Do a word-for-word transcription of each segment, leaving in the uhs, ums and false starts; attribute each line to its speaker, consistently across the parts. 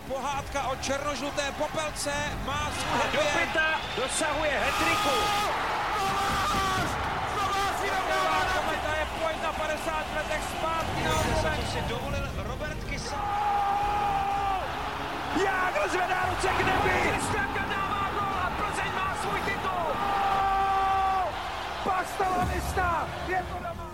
Speaker 1: Pohádka o černožluté popelce má svůj happy end.
Speaker 2: Dopita dosahuje hat-tricku.
Speaker 1: Kometa je pojď na padesát letech zpátky na oblomek.
Speaker 2: To si dovolil Robert Kysa.
Speaker 1: Jágr zvedá ruce k nebi.
Speaker 2: Kristianka dává gól a Plzeň má svůj titul.
Speaker 1: Pastalanista je to doma.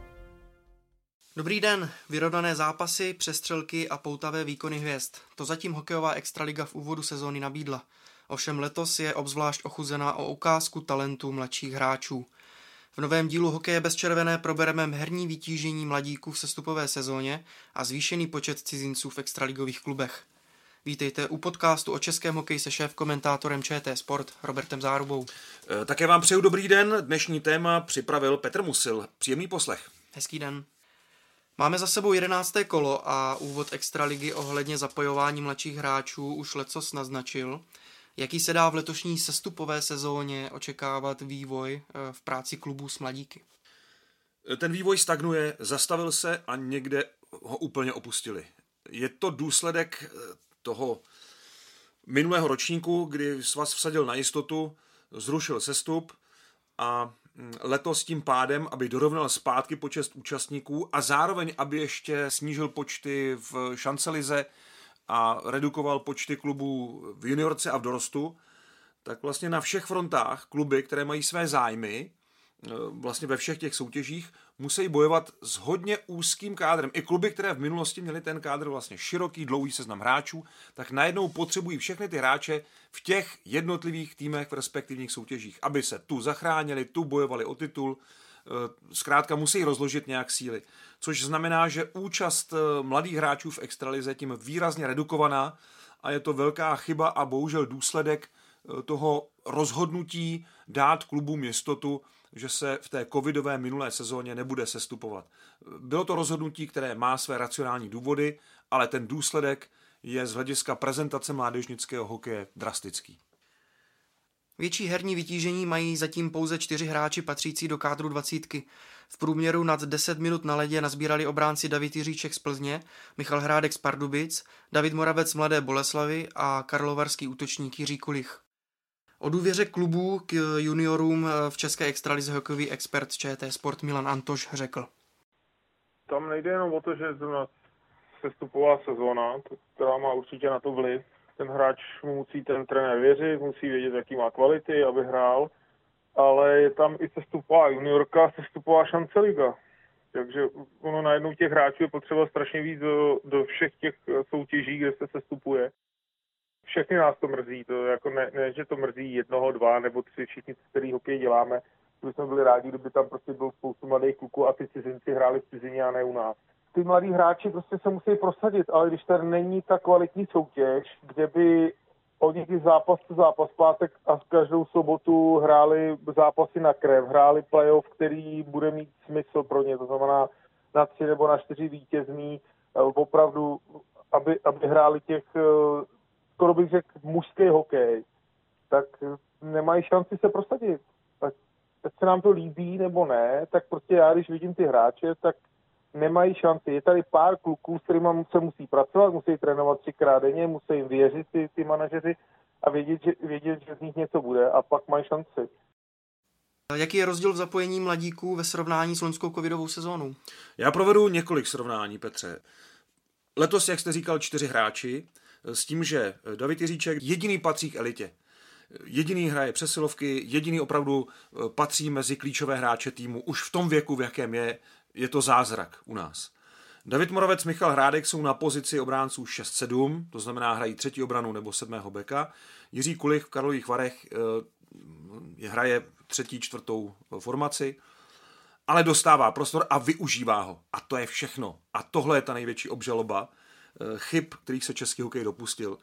Speaker 3: Dobrý den, vyrovnané zápasy, přestřelky a poutavé výkony hvězd. To zatím hokejová extraliga v úvodu sezóny nabídla. Ovšem letos je obzvlášť ochuzená o ukázku talentů mladších hráčů. V novém dílu Hokeje bez červené probereme herní vytížení mladíků v sestupové sezóně a zvýšený počet cizinců v extraligových klubech. Vítejte u podcastu o českém hokeji se šéf-komentátorem ČT Sport Robertem Zárubou.
Speaker 4: E, také vám přeju dobrý den, dnešní téma připravil Petr Musil. Příjemný poslech.
Speaker 3: Hezký den. Máme za sebou jedenácté kolo a úvod extraligy ohledně zapojování mladších hráčů už lecos naznačil. Jaký se dá v letošní sestupové sezóně očekávat vývoj v práci klubů s mladíky?
Speaker 4: Ten vývoj stagnuje, zastavil se a někde ho úplně opustili. Je to důsledek toho minulého ročníku, kdy svaz vsadil na jistotu, zrušil sestup a letos tím pádem, aby dorovnal zpátky počet účastníků a zároveň, aby ještě snížil počty v šancelize a redukoval počty klubů v juniorce a v dorostu, tak vlastně na všech frontách kluby, které mají své zájmy, vlastně ve všech těch soutěžích, musí bojovat s hodně úzkým kádrem. I kluby, které v minulosti měly ten kádr vlastně široký, dlouhý seznam hráčů, tak najednou potřebují všechny ty hráče v těch jednotlivých týmech v respektivních soutěžích, aby se tu zachránili, tu bojovali o titul. Zkrátka musí rozložit nějak síly. Což znamená, že účast mladých hráčů v extralize tím výrazně redukovaná a je to velká chyba a bohužel důsledek toho rozhodnutí dát klubům jistotu, že se v té covidové minulé sezóně nebude sestupovat. Bylo to rozhodnutí, které má své racionální důvody, ale ten důsledek je z hlediska prezentace mládežnického hokeje drastický.
Speaker 3: Větší herní vytížení mají zatím pouze čtyři hráči patřící do kádru dvacítky. V průměru nad deset minut na ledě nazbírali obránci David Jiříček z Plzně, Michal Hrádek z Pardubic, David Moravec z Mladé Boleslavi a karlovarský útočník Jiří Kulich. O důvěře klubů k juniorům v české extralize hokejový expert ČT Sport Milan Antoš řekl.
Speaker 5: Tam nejde jenom o to, že je to sestupová sezóna, která má určitě na to vliv. Ten hráč mu musí ten trenér věřit, musí vědět, jaký má kvality, aby hrál, ale je tam i sestupová juniorka, sestupová šanceliga. Takže ono najednou těch hráčů je potřeba strašně víc do, do všech těch soutěží, kde se sestupuje. Všechny nás to mrzí, to jako ne, ne, že to mrzí jednoho, dva nebo tři, všichni, který hokej děláme. My jsme byli rádi, kdyby tam prostě byl spoustu mladých kluků a ty cizinci hráli v cizině a ne u nás. Ty mladí hráči prostě se musí prosadit, ale když tady není ta kvalitní soutěž, kde by oni ty zápas co zápas pátek a v každou sobotu hráli zápasy na krev, hráli playoff, který bude mít smysl pro ně, to znamená na tři nebo na čtyři vítězný, opravdu, aby, aby hráli těch, skoro bych řekl, mužský hokej, tak nemají šanci se prosadit. Tak, tak se nám to líbí nebo ne, tak prostě já, když vidím ty hráče, tak nemají šanci. Je tady pár kluků, s kterými se musí pracovat, musí trénovat třikrát denně, musí jim věřit ty, ty manažeři a vědět že, vědět, že z nich něco bude a pak mají šanci.
Speaker 3: Jaký je rozdíl v zapojení mladíků ve srovnání s loňskou covidovou sezónou?
Speaker 4: Já provedu několik srovnání, Petře. Letos, jak jste říkal, čtyři hráči, s tím, že David Jiříček jediný patří k elitě. Jediný hraje přesilovky, jediný opravdu patří mezi klíčové hráče týmu. Už v tom věku, v jakém je, je to zázrak u nás. David Moravec, Michal Hrádek jsou na pozici obránců šest sedm, to znamená hrají třetí obranu nebo sedmého beka. Jiří Kulich v Karlových Varech je, hraje třetí, čtvrtou formaci, ale dostává prostor a využívá ho. A to je všechno. A tohle je ta největší obžaloba chyb, kterých se český hokej dopustil.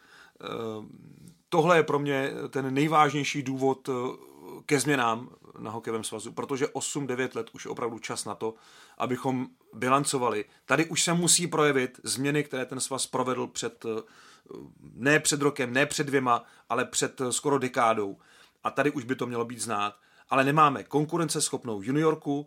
Speaker 4: Tohle je pro mě ten nejvážnější důvod ke změnám na hokejovém svazu, protože osm devět let už je opravdu čas na to, abychom bilancovali. Tady už se musí projevit změny, které ten svaz provedl před, ne před rokem, ne před dvěma, ale před skoro dekádou. A tady už by to mělo být znát. Ale nemáme konkurenceschopnou juniorku,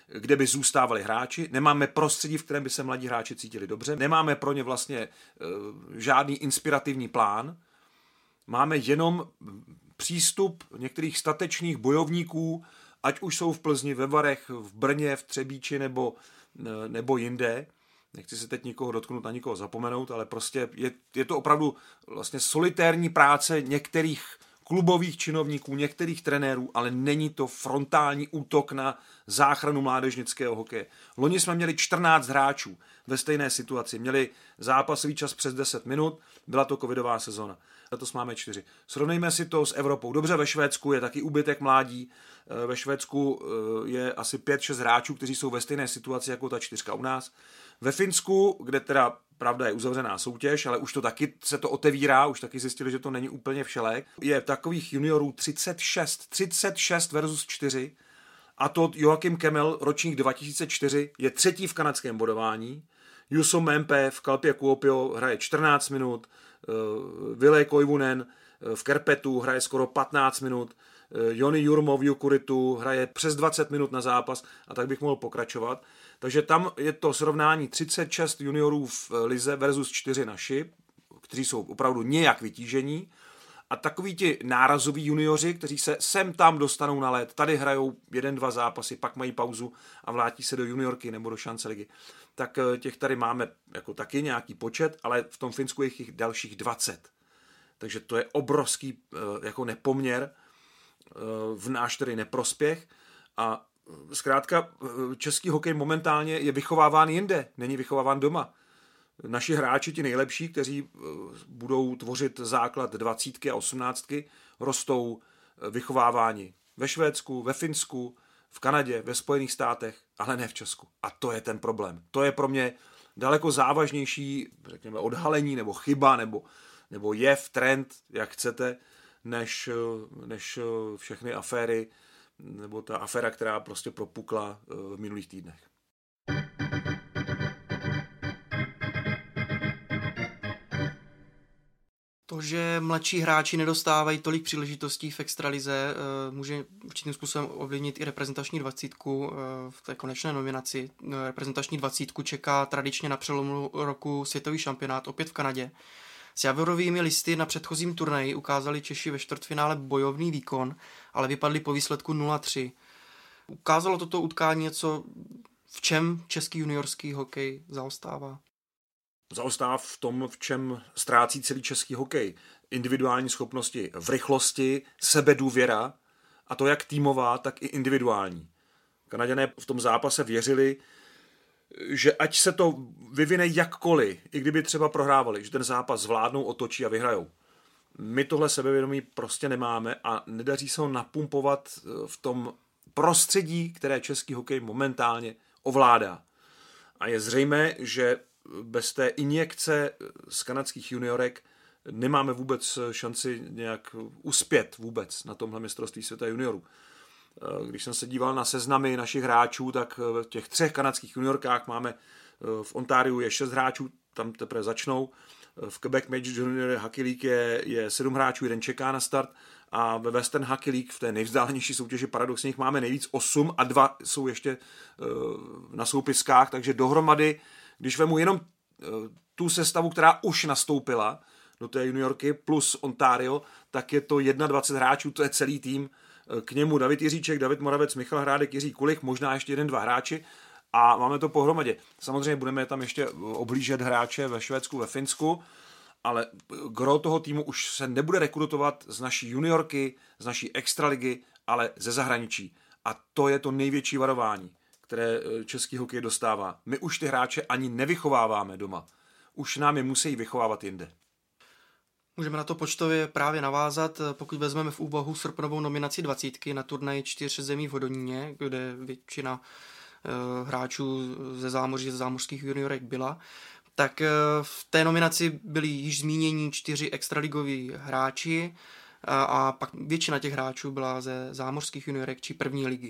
Speaker 4: kde by zůstávali hráči, nemáme prostředí, v kterém by se mladí hráči cítili dobře, nemáme pro ně vlastně e, žádný inspirativní plán, máme jenom přístup některých statečných bojovníků, ať už jsou v Plzni, ve Varech, v Brně, v Třebíči nebo, nebo jinde. Nechci se teď nikoho dotknout a nikoho zapomenout, ale prostě je, je to opravdu vlastně solitérní práce některých klubových činovníků, některých trenérů, ale není to frontální útok na záchranu mládežnického hokeje. Loni jsme měli čtrnáct hráčů ve stejné situaci. Měli zápasový čas přes deset minut, byla to covidová sezona. Letos máme čtyři. Srovnejme si to s Evropou. Dobře, ve Švédsku je taky úbytek mládí. Ve Švédsku je asi pět šest hráčů, kteří jsou ve stejné situaci jako ta čtyřka u nás. Ve Finsku, kde teda pravda je uzavřená soutěž, ale už to taky se to otevírá, už taky zjistili, že to není úplně všelék. Je takových juniorů třicet šest, třicet šest versus čtyři a to Joachim Kemel, ročník dva tisíce čtyři, je třetí v kanadském bodování. Juso Mempe v Kalpě Kuopio hraje čtrnáct minut, Ville Koivunen v Kerpetu hraje skoro patnáct minut, Joni Jurmo v Jukuritu hraje přes dvacet minut na zápas a tak bych mohl pokračovat. Takže tam je to srovnání třicet šest juniorů v lize versus čtyři naši, kteří jsou opravdu nějak vytížení. A takoví ti nárazoví junioři, kteří se sem tam dostanou na led, tady hrajou jeden, dva zápasy, pak mají pauzu a vrátí se do juniorky nebo do šance ligy. Tak těch tady máme jako taky nějaký počet, ale v tom Finsku je jich dalších dvacet. Takže to je obrovský jako nepoměr v náš tedy neprospěch a zkrátka český hokej momentálně je vychováván jinde, není vychováván doma. Naši hráči, ti nejlepší, kteří budou tvořit základ dvacítky a osmnáctky, rostou vychováváni ve Švédsku, ve Finsku, v Kanadě, ve Spojených státech, ale ne v Česku. A to je ten problém. To je pro mě daleko závažnější, řekněme, odhalení nebo chyba, nebo, nebo jev, trend, jak chcete, než, než všechny aféry, nebo ta aféra, která prostě propukla v minulých týdnech.
Speaker 3: To, že mladší hráči nedostávají tolik příležitostí v extralize, může určitým způsobem ovlivnit i reprezentační dvacítku v té konečné nominaci. Reprezentační dvacítku čeká tradičně na přelomu roku světový šampionát, opět v Kanadě. S javorovými listy na předchozím turnaji ukázali Češi ve čtvrtfinále bojovný výkon, ale vypadli po výsledku nula tři. Ukázalo toto utkání něco, v čem český juniorský hokej zaostává?
Speaker 4: Zaostává v tom, v čem ztrácí celý český hokej. Individuální schopnosti v rychlosti, sebedůvěra, a to jak týmová, tak i individuální. Kanaďané v tom zápase věřili, že ať se to vyvine jakkoliv, i kdyby třeba prohrávali, že ten zápas zvládnou, otočí a vyhrajou. My tohle sebevědomí prostě nemáme a nedaří se ho napumpovat v tom prostředí, které český hokej momentálně ovládá. A je zřejmé, že bez té injekce z kanadských juniorek nemáme vůbec šanci nějak uspět vůbec na tomhle mistrovství světa juniorů. Když jsem se díval na seznamy našich hráčů, tak v těch třech kanadských juniorkách máme v Ontariu je šest hráčů, tam teprve začnou. V Quebec Major Junior Hockey League je, je sedm hráčů, jeden čeká na start a ve Western Hockey League v té nejvzdálenější soutěži paradoxně jich máme nejvíc osm a dva jsou ještě na soupiskách, takže dohromady, když vemu jenom tu sestavu, která už nastoupila do té juniorky plus Ontario, tak je to dvacet jedna hráčů, to je celý tým. K němu David Jiříček, David Moravec, Michal Hrádek, Jiří Kulich, možná ještě jeden, dva hráči a máme to pohromadě. Samozřejmě budeme tam ještě oblížet hráče ve Švédsku, ve Finsku, ale gro toho týmu už se nebude rekrutovat z naší juniorky, z naší extraligy, ale ze zahraničí. A to je to největší varování, které český hokej dostává. My už ty hráče ani nevychováváme doma. Už nám je musí vychovávat jinde.
Speaker 3: Můžeme na to počtově právě navázat, pokud vezmeme v úvahu srpnovou nominaci dvacítky na turnaji čtyř zemí v Hodoníně, kde většina uh, hráčů ze zámoří, ze zámořských juniorek byla, tak uh, v té nominaci byli již zmíněni čtyři extraligoví hráči a, a pak většina těch hráčů byla ze zámořských juniorek či první ligy.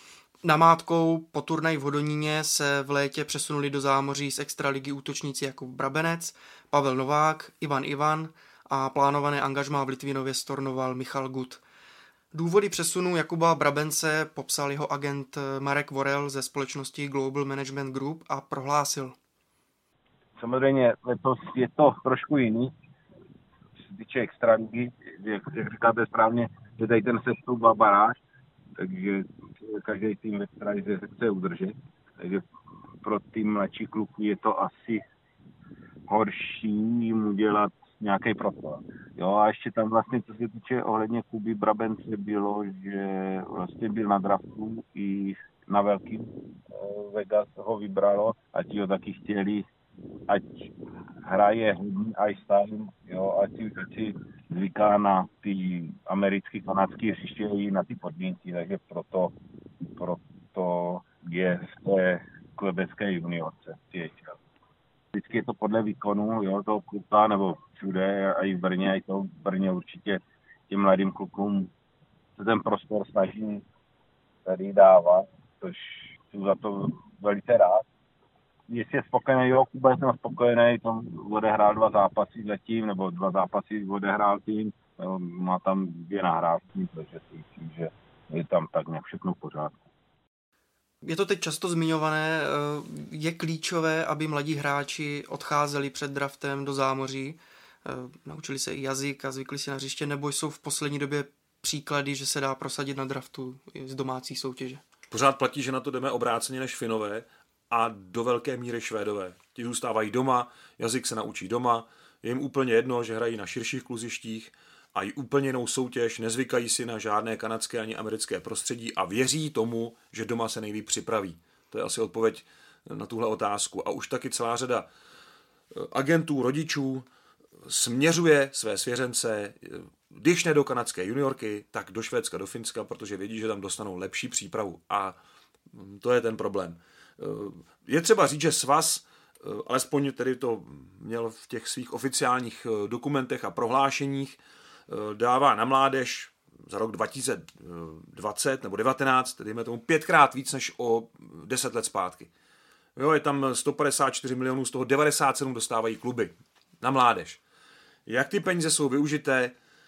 Speaker 3: Namátkou po turnaji v Hodoníně se v létě přesunuli do zámoří z extraligy útočníci jako Brabenec, Pavel Novák, Ivan Ivan a plánované angažmá v Litvínově stornoval Michal Gut. Důvody přesunu Jakuba Brabence popsal jeho agent Marek Vorel ze společnosti Global Management Group a prohlásil.
Speaker 6: Samozřejmě letos je to trošku jiný, co se týče extraligy, jak, jak říkáte správně, že tady ten sestup a baráž, takže každý tým ve extralize se chce udržet, takže pro tým mladší kluků je to asi horší jim dělat nějaký prostor. Jo, a ještě tam vlastně, co se týče ohledně Kuby Brabence, bylo, že vlastně byl na draftu i na velkým. Vegas ho vybralo a ti ho taky chtěli, ať hraje hodný ice time, jo, ať si, ať si zvyká na ty americké, kanadské hřiště i na ty podmínky, takže proto, proto je v té klebecké juniorce. Vždycky je to podle výkonu, jo, toho kluka, nebo všude, a i v Brně, a i to v Brně určitě těm mladým klukům se ten prostor snaží tady dávat, což jsem za to velice rád. Jestli je spokojený, jo, Kuba jsem spokojený, tam odehrál dva zápasy zatím, nebo dva zápasy odehrál tým, jo, má tam dvě nahrávky, takže si myslím, že je tam tak nějak všechno v pořádku.
Speaker 3: Je to teď často zmiňované, je klíčové, aby mladí hráči odcházeli před draftem do zámoří, naučili se i jazyk a zvykli si na hřiště, nebo jsou v poslední době příklady, že se dá prosadit na draftu z domácí soutěže?
Speaker 4: Pořád platí, že na to jdeme obráceně než Finové a do velké míry Švédové. Ti zůstávají doma, jazyk se naučí doma, je jim úplně jedno, že hrají na širších kluzištích a i úplně jinou soutěž, nezvykají si na žádné kanadské ani americké prostředí a věří tomu, že doma se nejlíp připraví. To je asi odpověď na tuhle otázku. A už taky celá řada agentů, rodičů směřuje své svěřence, když ne do kanadské juniorky, tak do Švédska, do Finska, protože vědí, že tam dostanou lepší přípravu. A to je ten problém. Je třeba říct, že svaz, alespoň tedy to měl v těch svých oficiálních dokumentech a prohlášeních, dává na mládež za rok dva tisíce dvacet nebo devatenáct, tedy jsme tomu pětkrát víc než o deset let zpátky. Jo, je tam sto padesát čtyři milionů, z toho devadesát sedm dostávají kluby na mládež. Jak ty peníze jsou využité,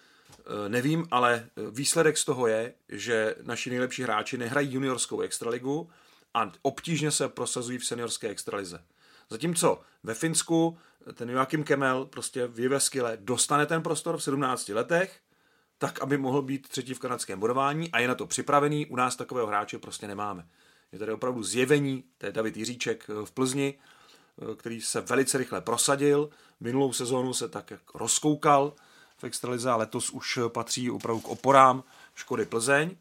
Speaker 4: nevím, ale výsledek z toho je, že naši nejlepší hráči nehrají juniorskou extraligu a obtížně se prosazují v seniorské extralize. Zatímco ve Finsku ten Joachim Kemel prostě v Jyväskylä dostane ten prostor v sedmnácti letech, tak, aby mohl být třetí v kanadském bodování a je na to připravený. U nás takového hráče prostě nemáme. Je tady opravdu zjevení, to je David Jiříček v Plzni, který se velice rychle prosadil. Minulou sezónu se tak rozkoukal v extralize a letos už patří opravdu k oporám Škody Plzeň,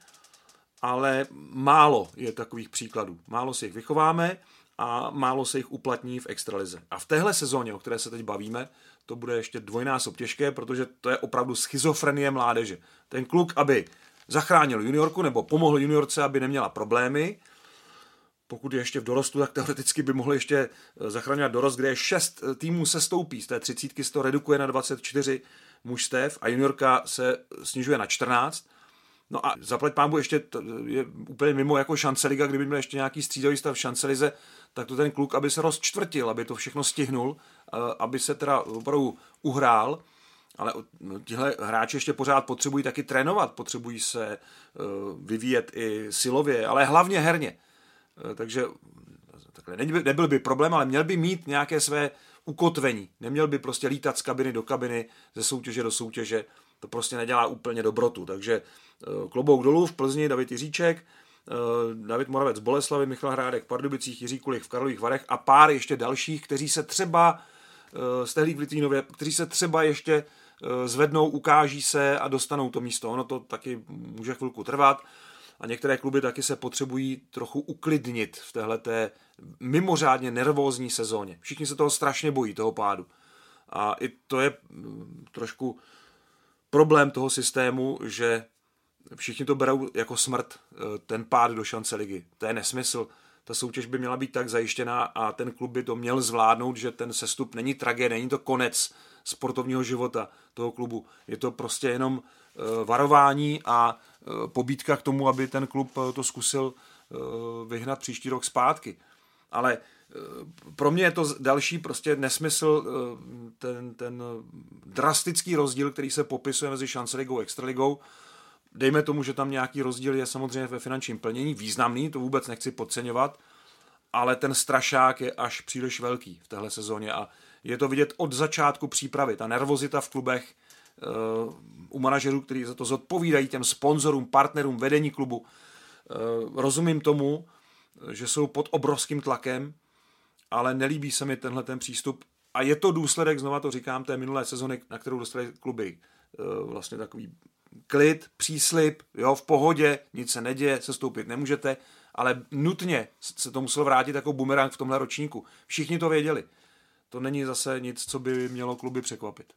Speaker 4: ale málo je takových příkladů. Málo si jich vychováme a málo se jich uplatní v extralize. A v téhle sezóně, o které se teď bavíme, to bude ještě dvojnásob těžké, protože to je opravdu schizofrenie mládeže. Ten kluk, aby zachránil juniorku nebo pomohl juniorce, aby neměla problémy, pokud je ještě v dorostu, tak teoreticky by mohl ještě zachraňovat dorost, kde je šest týmů se stoupí. Z té třicítky se to redukuje na dvacet čtyři mužstev a juniorka se snižuje na čtrnáct. No a zaplať pánbu ještě je úplně mimo jako šanceliga, kdyby měl ještě nějaký střídavý stav v šancelize, tak to ten kluk, aby se rozčtvrtil, aby to všechno stihnul, aby se teda opravdu uhrál, ale tihle hráči ještě pořád potřebují taky trénovat, potřebují se vyvíjet i silově, ale hlavně herně. Takže takhle, nebyl by problém, ale měl by mít nějaké své ukotvení. Neměl by prostě lítat z kabiny do kabiny, ze soutěže do soutěže. To prostě nedělá úplně dobrotu. Takže klobouk dolů v Plzni David Jiříček, David Moravec z Boleslavy, Michal Hrádek v Pardubicích, Jiří Kulich v Karlových Varech a pár ještě dalších, kteří se třeba Stehlík v Litvínově, kteří se třeba ještě zvednou, ukáží se a dostanou to místo. Ono to taky může chvilku trvat. A některé kluby taky se potřebují trochu uklidnit v téhleté mimořádně nervózní sezóně. Všichni se toho strašně bojí, toho pádu. A i to je trošku problém toho systému, že všichni to berou jako smrt, ten pád do šance ligy. To je nesmysl. Ta soutěž by měla být tak zajištěná a ten klub by to měl zvládnout, že ten sestup není tragédie, není to konec sportovního života toho klubu. Je to prostě jenom varování a pobídka k tomu, aby ten klub to zkusil vyhnat příští rok zpátky. Ale pro mě je to další prostě nesmysl, ten, ten drastický rozdíl, který se popisuje mezi šanceligou a extraligou. dejme tomu, že tam nějaký rozdíl je samozřejmě ve finančním plnění, významný, to vůbec nechci podceňovat, ale ten strašák je až příliš velký v téhle sezóně a je to vidět od začátku přípravy. Ta nervozita v klubech, uh, u manažerů, kteří za to zodpovídají těm sponzorům, partnerům, vedení klubu. Uh, rozumím tomu, že jsou pod obrovským tlakem, ale nelíbí se mi tenhle ten přístup. A je to důsledek, znova to říkám, té minulé sezony, na kterou dostali kluby. Uh, vlastně takový klid, příslib, jo, v pohodě, nic se neděje, sestoupit nemůžete, ale nutně se to muselo vrátit jako bumerang v tomhle ročníku. Všichni to věděli. To není zase nic, co by mělo kluby překvapit.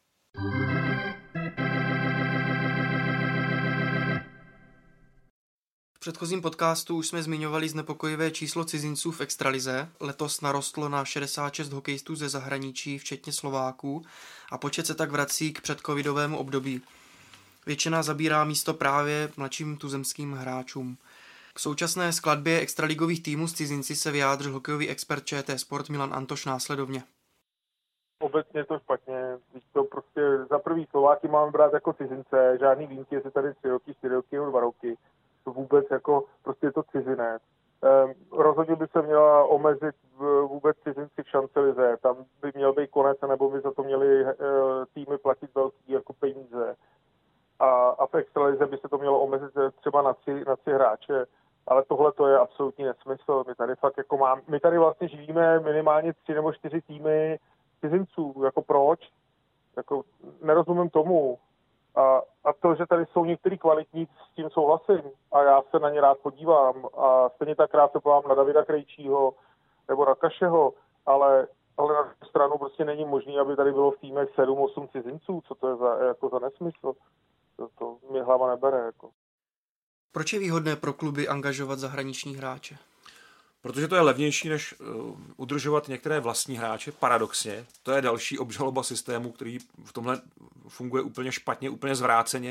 Speaker 3: V předchozím podcastu už jsme zmiňovali znepokojivé číslo cizinců v extralize. Letos narostlo na šedesát šest hokejistů ze zahraničí, včetně Slováků, a počet se tak vrací k předcovidovému období. Většina zabírá místo právě mladším tuzemským hráčům. K současné skladbě extraligových týmů s cizinci se vyjádřil hokejový expert ČT Sport Milan Antoš následovně.
Speaker 5: Obecně to špatně, to prostě za prvý Slováky máme brát jako cizince, žádný výjimky, jestli tady tři roky, čtyři roky nebo dva roky, to vůbec jako, prostě je to cizinec. Ehm, rozhodně by se měla omezit vůbec cizinci v šancelize, tam by měl být konec, nebo by za to měli e, týmy platit velký jako peníze. A, a v extralize by se to mělo omezit třeba na tři, na tři hráče, ale tohle to je absolutní nesmysl. My tady fakt jako mám, my tady vlastně živíme minimálně tři nebo čtyři týmy cizinců, jako proč? Jako nerozumím tomu. A, a to, že tady jsou některý kvalitní, s tím souhlasím a já se na ně rád podívám a stejně tak rád se podívám na Davida Krejčího nebo na Kašeho, ale, ale na druhou stranu prostě není možné, aby tady bylo v týmech sedm osm cizinců, co to je za, jako za nesmysl. To, to mě hlava nebere. Jako.
Speaker 3: Proč je výhodné pro kluby angažovat zahraniční hráče?
Speaker 4: Protože to je levnější, než uh, udržovat některé vlastní hráče, paradoxně. To je další obžaloba systému, který v tomhle funguje úplně špatně, úplně zvráceně.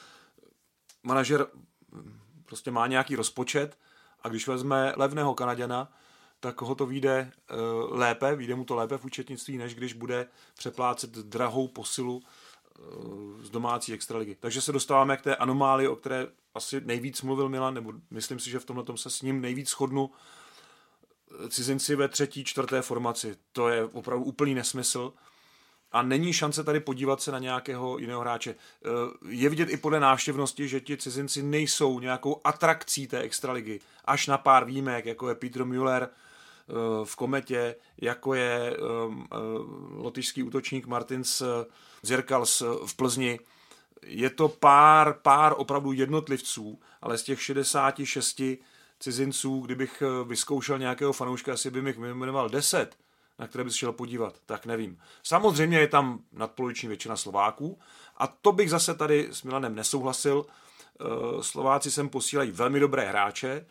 Speaker 4: Manažer prostě má nějaký rozpočet a když vezme levného Kanaďana, tak ho to vyjde uh, lépe, vyjde mu to lépe v účetnictví, než když bude přeplácet drahou posilu uh, z domácí extraligy. Takže se dostáváme k té anomálii, o které asi nejvíc mluvil Milan, nebo myslím si, že v tomhle se s ním nejvíc shodnu. Cizinci ve třetí, čtvrté formaci. To je opravdu úplný nesmysl a není šance tady podívat se na nějakého jiného hráče. Je vidět i podle návštěvnosti, že ti cizinci nejsou nějakou atrakcí té extraligy. Až na pár výjimek, jako je Peter Müller v Kometě, jako je lotyšský útočník Martins Zirkals v Plzni. Je to pár, pár opravdu jednotlivců, ale z těch šedesáti šesti cizinců, kdybych vyzkoušel nějakého fanouška, asi by mi jmenoval deset, na které bych šel podívat, tak nevím. Samozřejmě je tam nadpoloviční většina Slováků a to bych zase tady s Milanem nesouhlasil. Slováci sem posílají velmi dobré hráče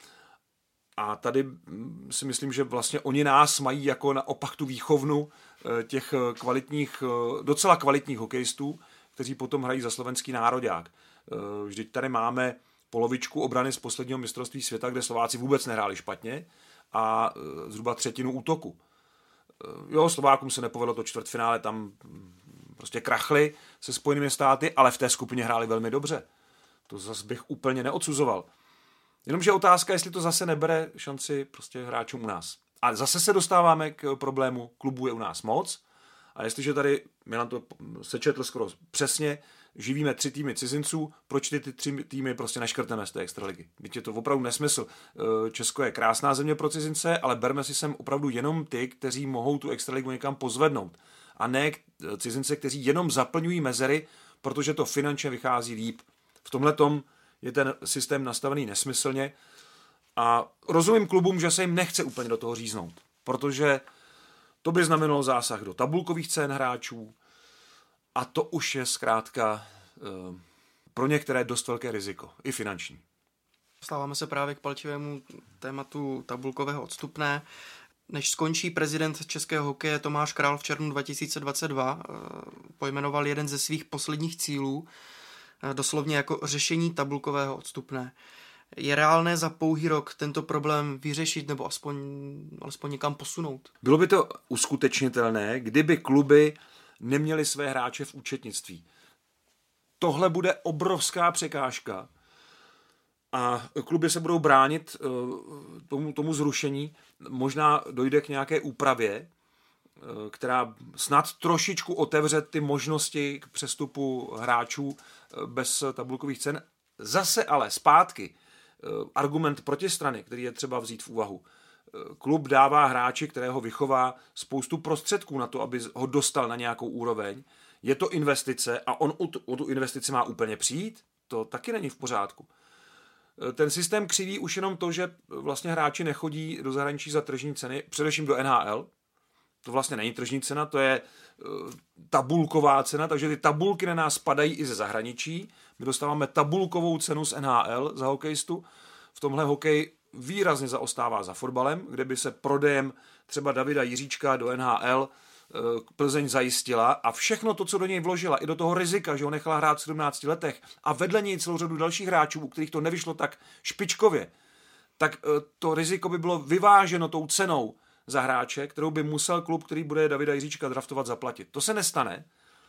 Speaker 4: a tady si myslím, že vlastně oni nás mají jako naopak tu výchovnu těch kvalitních, docela kvalitních hokejistů, kteří potom hrají za slovenský nároďák. Vždyť tady máme polovičku obrany z posledního mistrovství světa, kde Slováci vůbec nehráli špatně a zhruba třetinu útoku. Jo, Slovákům se nepovedlo to čtvrtfinále, tam prostě krachli se Spojenými státy, ale v té skupině hráli velmi dobře. To zase bych úplně neodsuzoval. Jenomže otázka, jestli to zase nebere šanci prostě hráčům u nás. A zase se dostáváme k problému, klubů je u nás moc a jestliže tady, Milan to sečetl skoro přesně, živíme tři týmy cizinců, proč ty, ty tři týmy prostě neškrtneme z té extraligy? Teď je to opravdu nesmysl. Česko je krásná země pro cizince, ale berme si sem opravdu jenom ty, kteří mohou tu extraligu někam pozvednout. A ne cizince, kteří jenom zaplňují mezery, protože to finančně vychází líp. V tomhletom je ten systém nastavený nesmyslně a rozumím klubům, že se jim nechce úplně do toho říznout, protože to by znamenalo zásah do tabulkových cen hráčů, a to už je zkrátka e, pro některé dost velké riziko, i finanční.
Speaker 3: Stáváme se právě k palčivému tématu tabulkového odstupné. Než skončí prezident českého hokeje Tomáš Král v červnu dva tisíce dvacet dva, e, pojmenoval jeden ze svých posledních cílů, e, doslovně jako řešení tabulkového odstupné. Je reálné za pouhý rok tento problém vyřešit nebo aspoň, alespoň někam posunout?
Speaker 4: Bylo by to uskutečnitelné, kdyby kluby neměli své hráče v účetnictví. tohle bude obrovská překážka a kluby se budou bránit tomu, tomu zrušení. Možná dojde k nějaké úpravě, která snad trošičku otevře ty možnosti k přestupu hráčů bez tabulkových cen. Zase ale zpátky argument protistrany, který je třeba vzít v úvahu. Klub dává hráči, kterého vychová, spoustu prostředků na to, aby ho dostal na nějakou úroveň. Je to investice a on o tu investici má úplně přijít? To taky není v pořádku. Ten systém křiví už jenom to, že vlastně hráči nechodí do zahraničí za tržní ceny, především do N H L. To vlastně není tržní cena, to je tabulková cena, takže ty tabulky na nás padají i ze zahraničí. My dostáváme tabulkovou cenu z N H L za hokejistu. V tomhle hokej výrazně zaostává za fotbalem, kde by se prodejem třeba Davida Jiříčka do N H L Plzeň zajistila a všechno to, co do něj vložila, i do toho rizika, že ho nechala hrát v sedmnácti letech a vedle něj celou řadu dalších hráčů, u kterých to nevyšlo tak špičkově, tak to riziko by bylo vyváženo tou cenou za hráče, kterou by musel klub, který bude Davida Jiříčka draftovat, zaplatit. To se nestane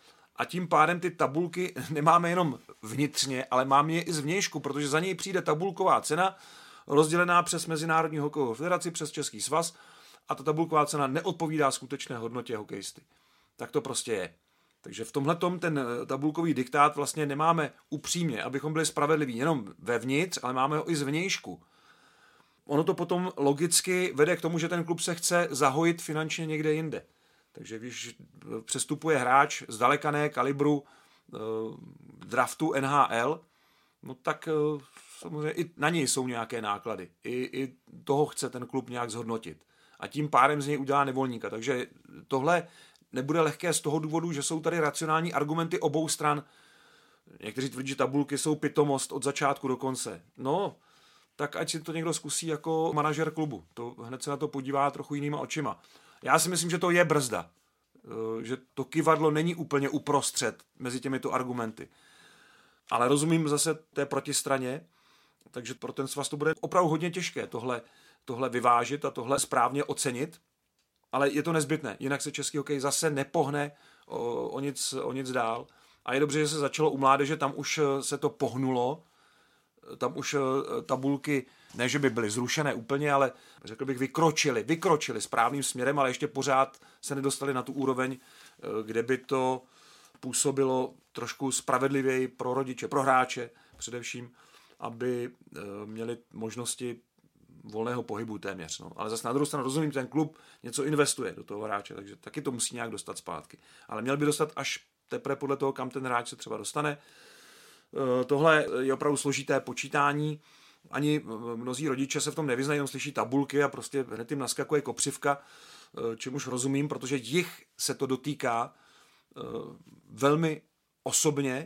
Speaker 4: a tím pádem ty tabulky nemáme jenom vnitřně, ale máme je i zvnějšku, protože za něj přijde tabulková cena rozdělená přes Mezinárodní hokejovou federaci, přes Český svaz a ta tabulková cena neodpovídá skutečné hodnotě hokejisty. Tak to prostě je. Takže v tomhletom ten tabulkový diktát vlastně nemáme upřímně, abychom byli spravedliví jenom vevnitř, ale máme ho i zvnějšku. Ono to potom logicky vede k tomu, že ten klub se chce zahojit finančně někde jinde. Takže když přestupuje hráč z zdaleka ne kalibru uh, draftu N H L, no tak uh, samozřejmě i na něj jsou nějaké náklady. I, I toho chce ten klub nějak zhodnotit. A tím pádem z něj udělá nevolníka. Takže tohle nebude lehké z toho důvodu, že jsou tady racionální argumenty obou stran. Někteří tvrdí, že tabulky jsou pitomost od začátku do konce. No, tak ať si to někdo zkusí jako manažer klubu. To hned se na to podívá trochu jinýma očima. Já si myslím, že to je brzda. Že to kyvadlo není úplně uprostřed mezi těmito argumenty. Ale rozumím zase té protistraně, takže pro ten svaz to bude opravdu hodně těžké tohle, tohle vyvážit a tohle správně ocenit. Ale je to nezbytné, jinak se český hokej zase nepohne o, o, nic, o nic dál. A je dobře, že se začalo u mládeže, tam už se to pohnulo, tam už tabulky, ne, že by byly zrušené úplně, ale řekl bych vykročili, vykročili správným směrem, ale ještě pořád se nedostali na tu úroveň, kde by to působilo trošku spravedlivěji pro rodiče, pro hráče především, aby měli možnosti volného pohybu téměř. No. Ale zase na druhou stranu rozumím, ten klub něco investuje do toho hráče, takže taky to musí nějak dostat zpátky. Ale měl by dostat až teprve podle toho, kam ten hráč se třeba dostane. Tohle je opravdu složité počítání. Ani mnozí rodiče se v tom nevyznají, jenom slyší tabulky a prostě hned jim naskakuje kopřivka, čemuž rozumím, protože jich se to dotýká velmi osobně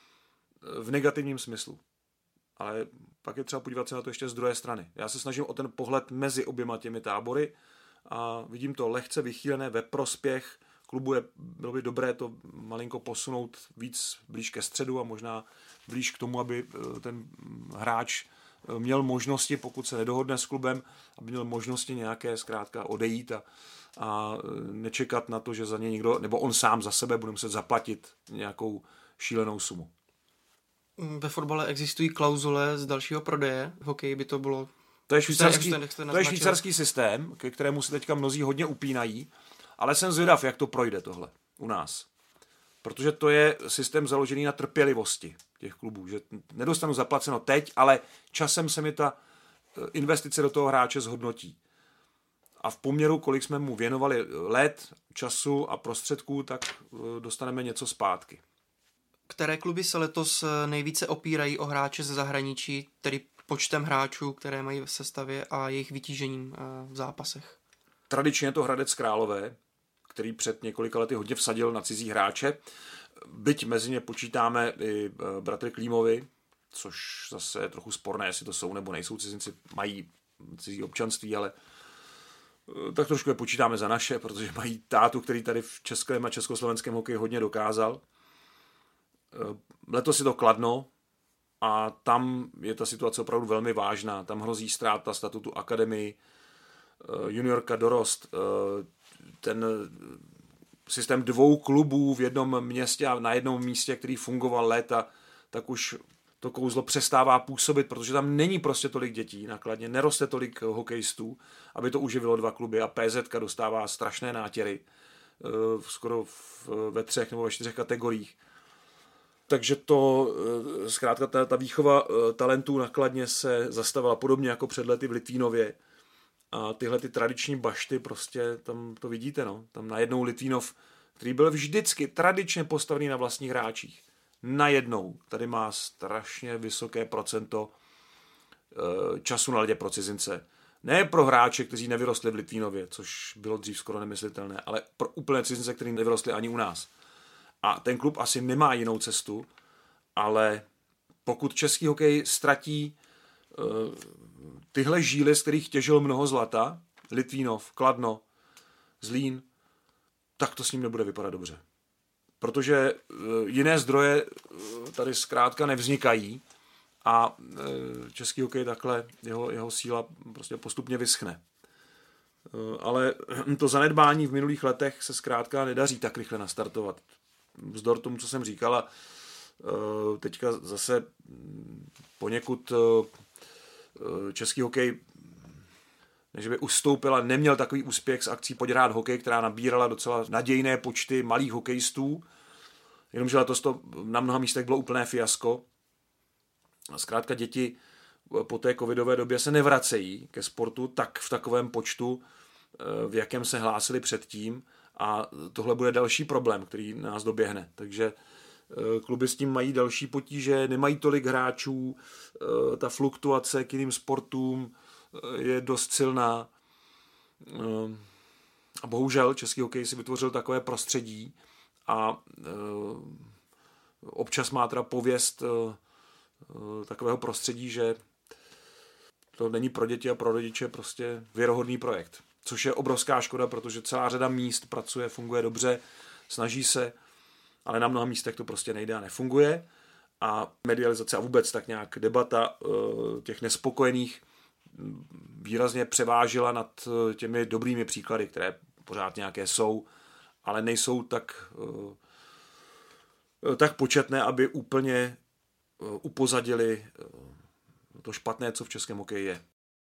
Speaker 4: v negativním smyslu. Ale pak je třeba podívat se na to ještě z druhé strany. Já se snažím o ten pohled mezi oběma těmi tábory a vidím to lehce vychýlené ve prospěch klubu. Je, bylo by dobré to malinko posunout víc blíž ke středu a možná blíž k tomu, aby ten hráč měl možnosti, pokud se nedohodne s klubem, aby měl možnosti nějaké zkrátka odejít a, a nečekat na to, že za ně někdo, nebo on sám za sebe bude muset zaplatit nějakou šílenou sumu.
Speaker 3: Ve fotbale existují klauzule z dalšího prodeje, v hokeji by to bylo...
Speaker 4: To je švýcarský, to je švýcarský systém, ke kterému se teďka mnozí hodně upínají, ale jsem zvědav, jak to projde tohle u nás. Protože to je systém založený na trpělivosti těch klubů, že nedostanu zaplaceno teď, ale časem se mi ta investice do toho hráče zhodnotí. A v poměru, kolik jsme mu věnovali let, času a prostředků, tak dostaneme něco zpátky.
Speaker 3: Které kluby se letos nejvíce opírají o hráče ze zahraničí, tedy počtem hráčů, které mají v sestavě a jejich vytížením v zápasech?
Speaker 4: Tradičně je to Hradec Králové, který před několika lety hodně vsadil na cizí hráče. Byť mezi ně počítáme i bratry Klímovi, což zase je trochu sporné, jestli to jsou nebo nejsou cizinci, mají cizí občanství, ale tak trošku je počítáme za naše, protože mají tátu, který tady v českém a československém hokeji hodně dokázal. Letos je to Kladno a tam je ta situace opravdu velmi vážná. Tam hrozí ztráta statutu akademii, juniorka dorost. Ten systém dvou klubů v jednom městě a na jednom místě, který fungoval léta, tak už to kouzlo přestává působit, protože tam není prostě tolik dětí nakladně, neroste tolik hokejistů, aby to uživilo dva kluby a P Z dostává strašné nátěry skoro ve třech nebo ve čtyřech kategoriích. Takže to, zkrátka ta, ta výchova talentů nakladně se zastavila podobně jako před lety v Litvínově. A tyhle ty tradiční bašty prostě tam to vidíte, no. Tam najednou Litvínov, který byl vždycky tradičně postavený na vlastních hráčích, najednou tady má strašně vysoké procento času na ledě pro cizince. Ne pro hráče, kteří nevyrostli v Litvínově, což bylo dřív skoro nemyslitelné, ale pro úplné cizince, kteří nevyrostli ani u nás. A ten klub asi nemá jinou cestu, ale pokud český hokej ztratí uh, tyhle žíly, z kterých těžil mnoho zlata, Litvínov, Kladno, Zlín, tak to s ním nebude vypadat dobře. Protože uh, jiné zdroje uh, tady zkrátka nevznikají a uh, český hokej takhle, jeho, jeho síla prostě postupně vyschne. Uh, ale to zanedbání v minulých letech se zkrátka nedaří tak rychle nastartovat. Vzdor tomu, co jsem říkala, teďka zase poněkud český hokej, než by ustoupil a neměl takový úspěch s akcí Pojď hrát hokej, která nabírala docela nadějné počty malých hokejistů, jenomže letos to na mnoha místech bylo úplné fiasko. Zkrátka děti po té covidové době se nevracejí ke sportu tak v takovém počtu, v jakém se hlásili předtím, a tohle bude další problém, který nás doběhne. Takže kluby s tím mají další potíže, nemají tolik hráčů, ta fluktuace k jiným sportům je dost silná. A bohužel český hokej si vytvořil takové prostředí a občas má teda pověst takového prostředí, že to není pro děti a pro rodiče prostě věrohodný projekt. Což je obrovská škoda, protože celá řada míst pracuje, funguje dobře, snaží se, ale na mnoha místech to prostě nejde a nefunguje. A medializace a vůbec tak nějak debata těch nespokojených výrazně převážila nad těmi dobrými příklady, které pořád nějaké jsou, ale nejsou tak, tak početné, aby úplně upozadili to špatné, co v českém hokeji je.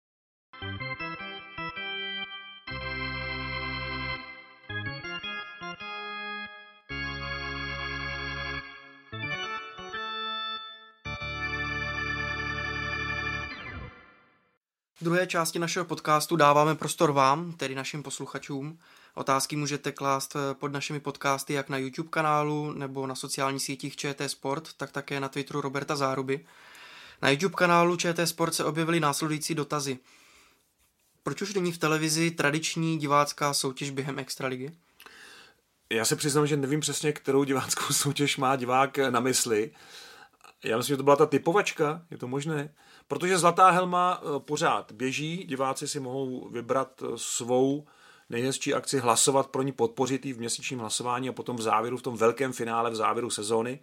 Speaker 3: V druhé části našeho podcastu dáváme prostor vám, tedy našim posluchačům. Otázky můžete klást pod našimi podcasty jak na YouTube kanálu nebo na sociálních sítích ČT Sport, tak také na Twitteru Roberta Záruby. Na YouTube kanálu ČT Sport se objevily následující dotazy. Proč už není v televizi tradiční divácká soutěž během extraligy?
Speaker 4: Já se přiznám, že nevím přesně, kterou diváckou soutěž má divák na mysli. Já myslím, že to byla ta typovačka, je to možné? Protože Zlatá helma pořád běží, diváci si mohou vybrat svou nejhezčí akci, hlasovat pro ní, podpořit ji v měsíčním hlasování a potom v závěru, v tom velkém finále, v závěru sezóny.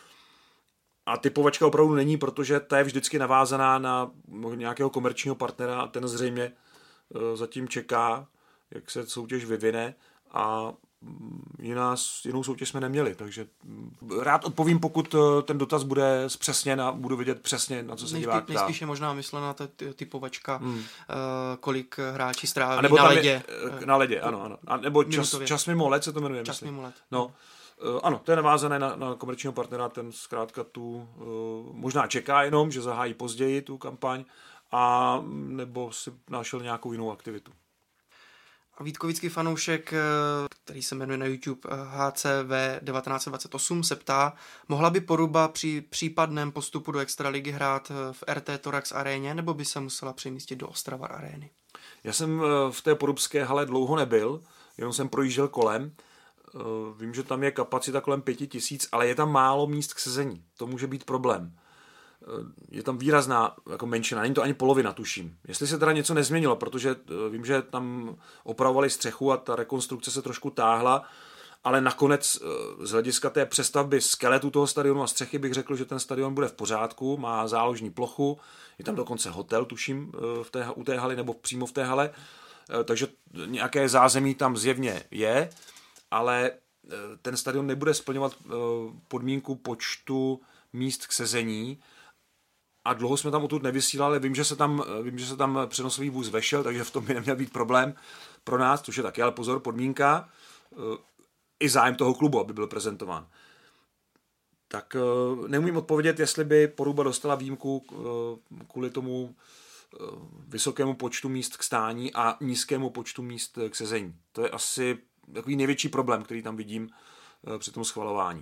Speaker 4: A typovačka opravdu není, protože ta je vždycky navázaná na nějakého komerčního partnera a ten zřejmě zatím čeká, jak se soutěž vyvine, a jiná, jinou soutěž jsme neměli, takže rád odpovím, pokud ten dotaz bude zpřesněn a budu vidět přesně, na co se divák ptá.
Speaker 3: Nejspíš je možná myšlená ta typovačka, hmm. kolik hráči stráví
Speaker 4: nebo
Speaker 3: na ledě.
Speaker 4: Je, na ledě, ano, ano. A nebo čas, čas mimo led se to jmenuje.
Speaker 3: Čas
Speaker 4: myslím.
Speaker 3: mimo led.
Speaker 4: No, ano, to je navázané na, na komerčního partnera, ten zkrátka tu možná čeká jenom, že zahájí později tu kampaň, a nebo si našel nějakou jinou aktivitu.
Speaker 3: A Vítkovický fanoušek, který se jmenuje na YouTube H C V devatenáct dvacet osm, se ptá, mohla by Poruba při případném postupu do extraligy hrát v R T Torax aréně, nebo by se musela přemístit do Ostravar arény?
Speaker 4: Já jsem v té porubské hale dlouho nebyl, jenom jsem projížděl kolem. Vím, že tam je kapacita kolem pěti tisíc, ale je tam málo míst k sezení. To může být problém. Je tam výrazná jako menšina, není to ani polovina, tuším. Jestli se teda něco nezměnilo, protože vím, že tam opravovali střechu a ta rekonstrukce se trošku táhla, ale nakonec z hlediska té přestavby skeletu toho stadionu a střechy bych řekl, že ten stadion bude v pořádku, má záložní plochu, je tam dokonce hotel, tuším, v té, u té haly nebo přímo v té hale, takže nějaké zázemí tam zjevně je, ale ten stadion nebude splňovat podmínku počtu míst k sezení a dlouho jsme tam odtud nevysílali. Vím, že se tam, vím, že se tam přenosový vůz vešel, takže v tom by neměl být problém pro nás, což je taky, ale pozor, podmínka i zájem toho klubu, aby byl prezentován. Tak neumím odpovědět, jestli by Poruba dostala výjimku kvůli tomu vysokému počtu míst k stání a nízkému počtu míst k sezení. To je asi takový největší problém, který tam vidím při tom schvalování.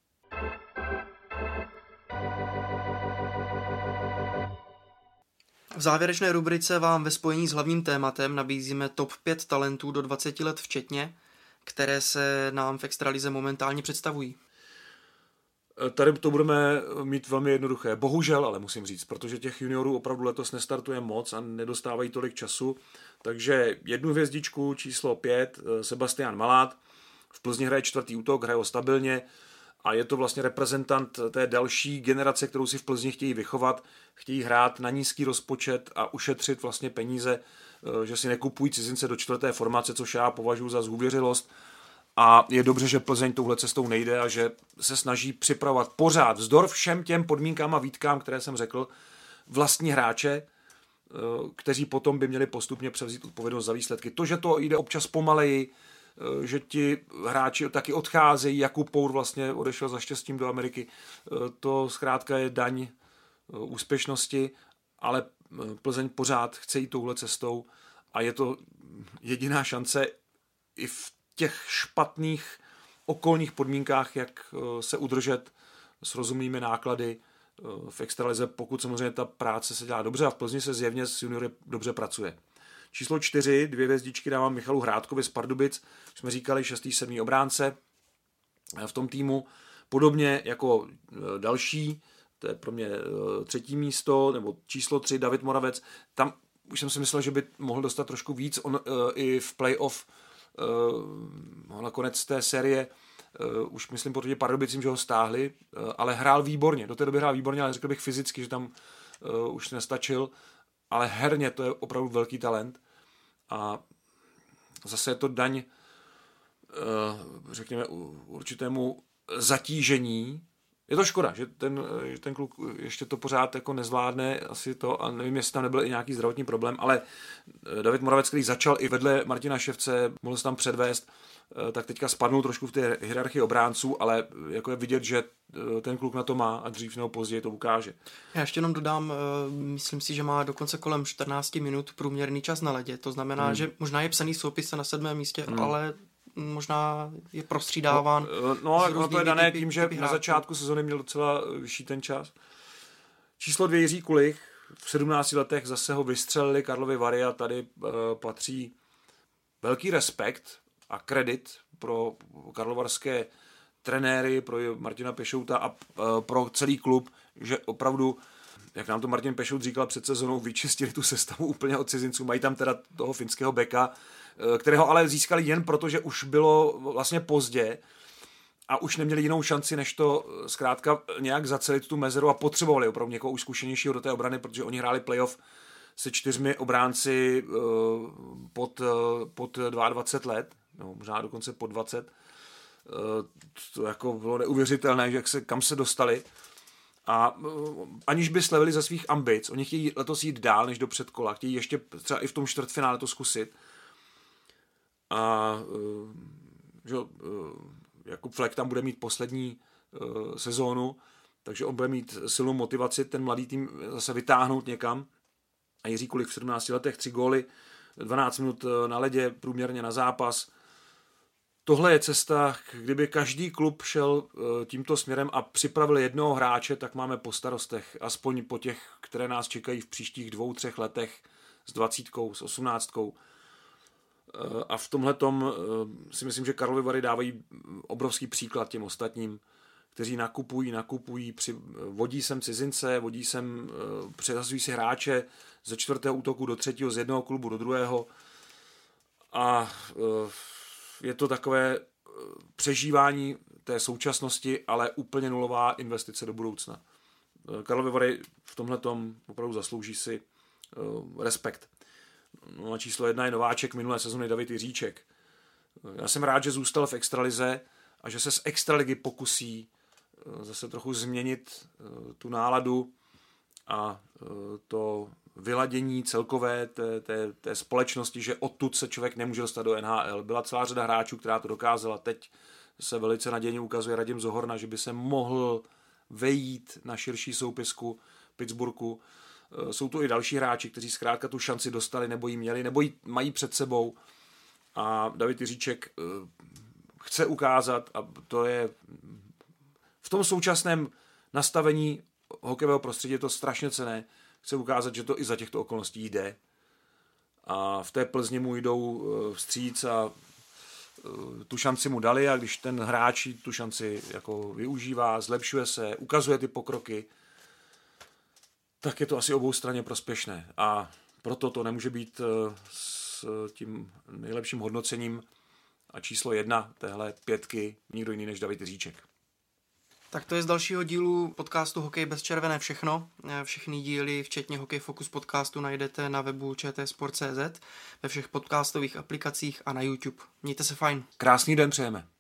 Speaker 3: V závěrečné rubrice vám ve spojení s hlavním tématem nabízíme top pět talentů do dvaceti let včetně, které se nám v extralize momentálně představují.
Speaker 4: Tady to budeme mít velmi jednoduché. Bohužel, ale musím říct, protože těch juniorů opravdu letos nestartuje moc a nedostávají tolik času. Takže jednu hvězdičku, číslo pět, Sebastian Malát. V Plzni hraje čtvrtý útok, hraje ho stabilně a je to vlastně reprezentant té další generace, kterou si v Plzni chtějí vychovat. Chtějí hrát na nízký rozpočet a ušetřit vlastně peníze, že si nekupují cizince do čtvrté formace, což já považuji za zhůvěřilost. A je dobře, že Plzeň touhle cestou nejde a že se snaží připravovat pořád vzdor všem těm podmínkám a výtkám, které jsem řekl, vlastní hráče, kteří potom by měli postupně převzít odpovědnost za výsledky. To, že to jde občas pomaleji, že ti hráči taky odcházejí, Jakub Pour vlastně odešel za štěstím do Ameriky, to zkrátka je daň úspěšnosti, ale Plzeň pořád chce jít touhle cestou a je to jediná šance i v těch špatných okolních podmínkách, jak se udržet s rozumnými náklady v extralize, pokud samozřejmě ta práce se dělá dobře a v Plzni se zjevně s juniory dobře pracuje. Číslo čtyři, dvě hvězdičky dávám Michalu Hrádkovi z Pardubic, jsme říkali šestý, sedmý obránce v tom týmu, podobně jako další, to je pro mě třetí místo, nebo číslo tři, David Moravec, tam už jsem si myslel, že by mohl dostat trošku víc, on i v playoff Uh, nakonec té série uh, už myslím proti Pardubicím, že ho stáhli, uh, ale hrál výborně, do té doby hrál výborně, ale řekl bych fyzicky, že tam uh, už nestačil, ale herně to je opravdu velký talent a zase je to daň uh, řekněme určitému zatížení. Je to škoda, že ten, že ten kluk ještě to pořád jako nezvládne, asi to, a nevím, jestli tam nebyl i nějaký zdravotní problém, ale David Moravec, který začal i vedle Martina Ševce, mohl se tam předvést, tak teďka spadnul trošku v té hierarchii obránců, ale jako je vidět, že ten kluk na to má a dřív nebo později to ukáže.
Speaker 3: Já ještě jenom dodám, myslím si, že má dokonce kolem čtrnáct minut průměrný čas na ledě, to znamená, hmm. že možná je psaný soupis na sedmém místě, hmm. ale možná je prostřídáván.
Speaker 4: No, no, no to je dané typy, tím, že na začátku sezony měl docela vyšší ten čas. Číslo dvě Jiří Kulich. V sedmnácti letech zase ho vystřelili Karlovy Vary a tady uh, patří velký respekt a kredit pro karlovarské trenéry, pro Martina Pešouta a uh, pro celý klub, že opravdu, jak nám to Martin Pešout říkal před sezónou, vyčistili tu sestavu úplně od cizinců. Mají tam teda toho finského beka, kterého ale získali jen proto, že už bylo vlastně pozdě a už neměli jinou šanci, než to zkrátka nějak zacelit tu mezeru a potřebovali opravdu někoho už zkušenějšího do té obrany, protože oni hráli playoff se čtyřmi obránci pod, pod dvacet dva let, no, možná dokonce pod dvacet. To jako bylo neuvěřitelné, že jak se, kam se dostali. A aniž by slevili za svých ambic, oni chtějí letos jít dál než do předkola, chtějí ještě třeba i v tom čtvrtfinále to zkusit. A že Jakub Flek tam bude mít poslední sezónu, takže on bude mít silnou motivaci ten mladý tým zase vytáhnout někam. A Jiří Kulich v sedmnácti letech, tři góly, dvanáct minut na ledě, průměrně na zápas. Tohle je cesta, kdyby každý klub šel tímto směrem a připravil jednoho hráče, tak máme po starostech, aspoň po těch, které nás čekají v příštích dvou, třech letech s dvacítkou, s osmnáctkou. A v tomhletom si myslím, že Karlovy Vary dávají obrovský příklad těm ostatním, kteří nakupují, nakupují, při, vodí sem cizince, vodí sem, přehazují si hráče ze čtvrtého útoku do třetího, z jednoho klubu do druhého. A je to takové přežívání té současnosti, ale úplně nulová investice do budoucna. Karlovy Vary v tomhletom opravdu zaslouží si respekt. No a číslo jedna je nováček minulé sezony David Jiříček. Já jsem rád, že zůstal v extralize a že se z extraligy pokusí zase trochu změnit tu náladu a to vyladění celkové té, té, té společnosti, že odtud se člověk nemůže dostat do N H L. Byla celá řada hráčů, která to dokázala. Teď se velice nadějně ukazuje Radim Zohorna, že by se mohl vejít na širší soupisku Pittsburghu. Jsou tu i další hráči, kteří zkrátka tu šanci dostali, nebo ji měli, nebo ji mají před sebou. A David Jiříček chce ukázat, a to je v tom současném nastavení hokejového prostředí je to strašně cenné, chce ukázat, že to i za těchto okolností jde. A v té Plzni mu jdou vstříc a tu šanci mu dali, a když ten hráč tu šanci jako využívá, zlepšuje se, ukazuje ty pokroky, tak je to asi obou straně prospěšné. A proto to nemůže být s tím nejlepším hodnocením a číslo jedna téhle pětky nikdo jiný než David Jiříček.
Speaker 3: Tak to je z dalšího dílu podcastu Hokej bez červené všechno. Všechny díly, včetně Hokej Focus podcastu, najdete na webu č t sport tečka cé zet, ve všech podcastových aplikacích a na YouTube. Mějte se fajn.
Speaker 4: Krásný den přejeme.